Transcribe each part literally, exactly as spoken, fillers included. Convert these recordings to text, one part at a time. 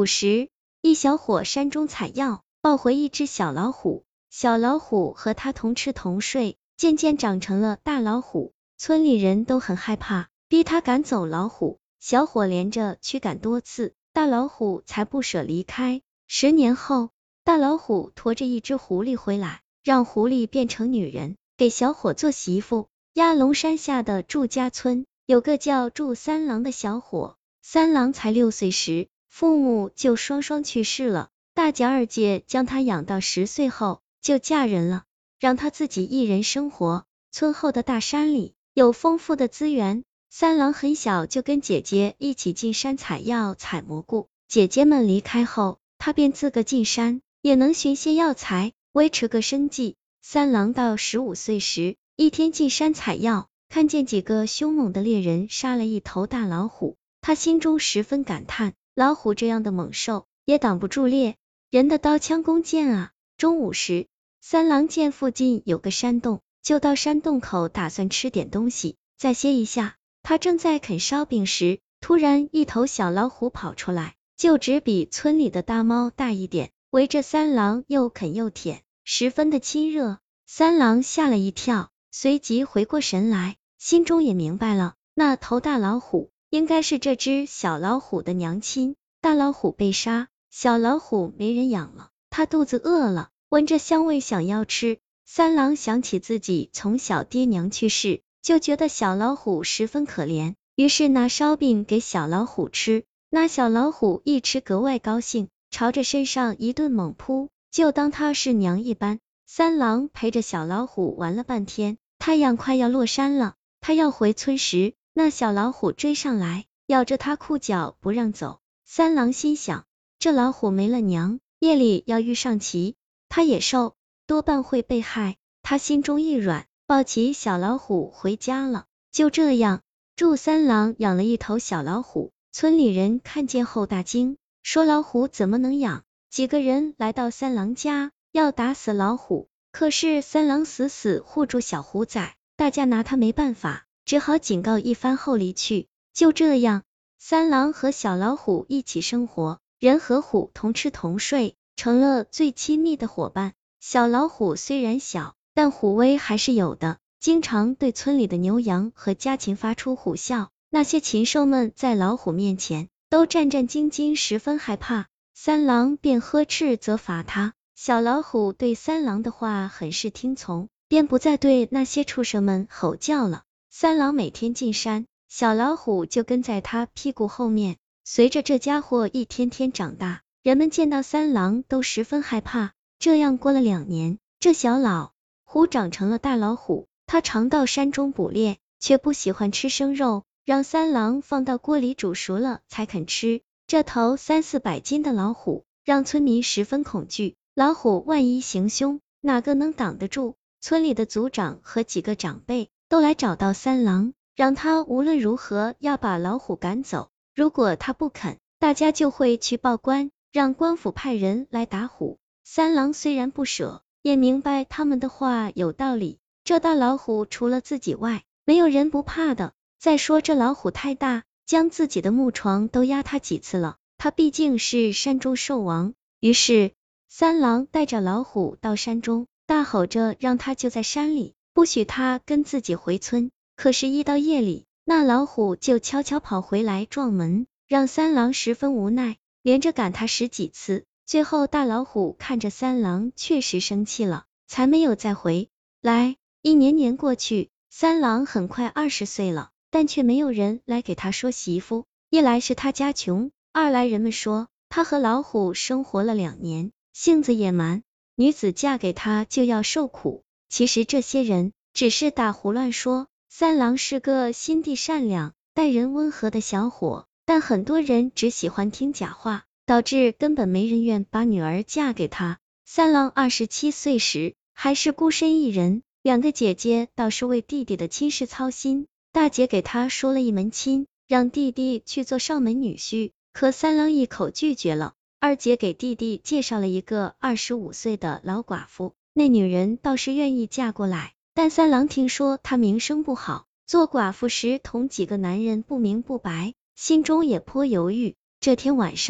时，一小伙山中采药，抱回一只小老虎，小老虎和他同吃同睡，渐渐长成了大老虎。村里人都很害怕，逼他赶走老虎。小伙连着驱赶多次，大老虎才不舍离开。十年后，大老虎驮着一只狐狸回来，让狐狸变成女人，给小伙做媳妇。鸭龙山下的祝家村有个叫祝三郎的小伙，三郎才六岁时，父母就双双去世了。大姐二姐将他养到十岁后就嫁人了，让他自己一人生活。村后的大山里有丰富的资源，三郎很小就跟姐姐一起进山采药采蘑菇。姐姐们离开后，他便自个进山，也能寻些药材维持个生计。三郎到十五岁时，一天进山采药，看见几个凶猛的猎人杀了一头大老虎，他心中十分感叹，老虎这样的猛兽也挡不住猎人的刀枪弓箭啊。中午时，三郎见附近有个山洞，就到山洞口打算吃点东西，再歇一下。他正在啃烧饼时，突然一头小老虎跑出来，就只比村里的大猫大一点，围着三郎又啃又舔，十分的亲热。三郎吓了一跳，随即回过神来，心中也明白了，那头大老虎应该是这只小老虎的娘亲。大老虎被杀，小老虎没人养了，他肚子饿了，闻着香味想要吃。三郎想起自己从小爹娘去世，就觉得小老虎十分可怜，于是拿烧饼给小老虎吃。那小老虎一吃格外高兴，朝着身上一顿猛扑，就当它是娘一般。三郎陪着小老虎玩了半天，太阳快要落山了，他要回村时，那小老虎追上来，咬着他裤脚不让走。三郎心想，这老虎没了娘，夜里要遇上其他野兽，多半会被害。他心中一软，抱起小老虎回家了。就这样，祝三郎养了一头小老虎。村里人看见后大惊，说老虎怎么能养？几个人来到三郎家，要打死老虎，可是三郎死死护住小虎仔，大家拿他没办法，只好警告一番后离去。就这样，三郎和小老虎一起生活，人和虎同吃同睡，成了最亲密的伙伴。小老虎虽然小，但虎威还是有的，经常对村里的牛羊和家禽发出虎啸，那些禽兽们在老虎面前都战战兢兢，十分害怕。三郎便呵斥责罚他，小老虎对三郎的话很是听从，便不再对那些畜生们吼叫了。三郎每天进山，小老虎就跟在他屁股后面。随着这家伙一天天长大，人们见到三郎都十分害怕。这样过了两年，这小老虎长成了大老虎，他常到山中捕猎，却不喜欢吃生肉，让三郎放到锅里煮熟了才肯吃。这头三四百斤的老虎让村民十分恐惧，老虎万一行凶，哪个能挡得住？村里的族长和几个长辈都来找到三郎，让他无论如何要把老虎赶走，如果他不肯，大家就会去报官，让官府派人来打虎。三郎虽然不舍，也明白他们的话有道理，这大老虎除了自己外，没有人不怕的。再说这老虎太大，将自己的木床都压塌几次了，他毕竟是山中兽王。于是三郎带着老虎到山中，大吼着让他就在山里，不许他跟自己回村。可是，一到夜里，那老虎就悄悄跑回来撞门，让三郎十分无奈，连着赶他十几次。最后大老虎看着三郎确实生气了，才没有再回来。一年年过去，三郎很快二十岁了，但却没有人来给他说媳妇。一来是他家穷，二来人们说他和老虎生活了两年，性子野蛮，女子嫁给他就要受苦。其实这些人只是打胡乱说。三郎是个心地善良、待人温和的小伙，但很多人只喜欢听假话，导致根本没人愿把女儿嫁给他。三郎二十七岁时还是孤身一人，两个姐姐倒是为弟弟的亲事操心。大姐给他说了一门亲，让弟弟去做上门女婿，可三郎一口拒绝了。二姐给弟弟介绍了一个二十五岁的老寡妇，那女人倒是愿意嫁过来，但三郎听说她名声不好，做寡妇时同几个男人不明不白，心中也颇犹豫。这天晚上，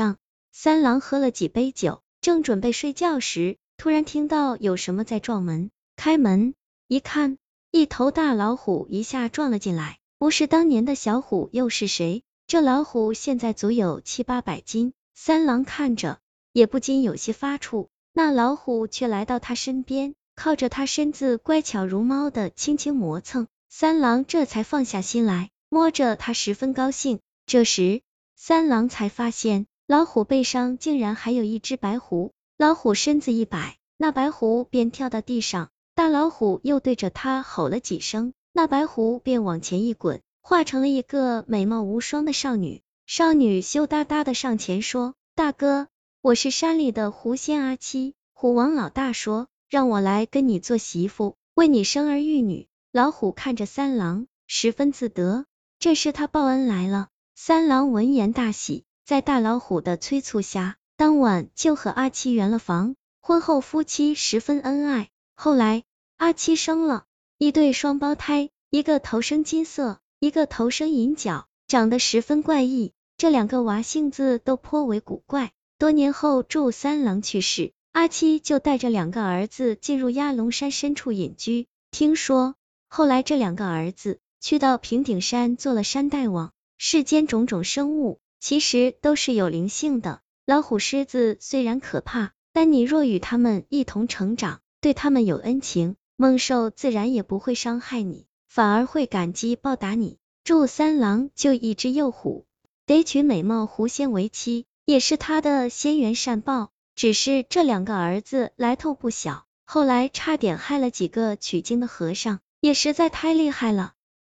三郎喝了几杯酒，正准备睡觉时，突然听到有什么在撞门。开门一看，一头大老虎一下撞了进来，不是当年的小虎又是谁？这老虎现在足有七八百斤，三郎看着也不禁有些发怵。那老虎却来到他身边，靠着他身子乖巧如猫的轻轻磨蹭，三郎这才放下心来，摸着他十分高兴。这时三郎才发现老虎背上竟然还有一只白狐，老虎身子一摆，那白狐便跳到地上，大老虎又对着他吼了几声，那白狐便往前一滚，化成了一个美貌无双的少女。少女羞答答的上前说，大哥，我是山里的狐仙阿七，虎王老大说让我来跟你做媳妇，为你生儿育女。老虎看着三郎十分自得，这是他报恩来了。三郎闻言大喜，在大老虎的催促下，当晚就和阿七圆了房，婚后夫妻十分恩爱。后来阿七生了一对双胞胎，一个头生金色，一个头生银角，长得十分怪异，这两个娃性子都颇为古怪。多年后祝三郎去世，阿七就带着两个儿子进入鸭龙山深处隐居。听说后来这两个儿子去到平顶山做了山大王。世间种种生物其实都是有灵性的，老虎狮子虽然可怕，但你若与他们一同成长，对他们有恩情，猛兽自然也不会伤害你，反而会感激报答你。祝三郎就一只幼虎，得娶美貌狐仙为妻，也是他的仙缘善报。只是这两个儿子来头不小，后来差点害了几个取经的和尚，也实在太厉害了。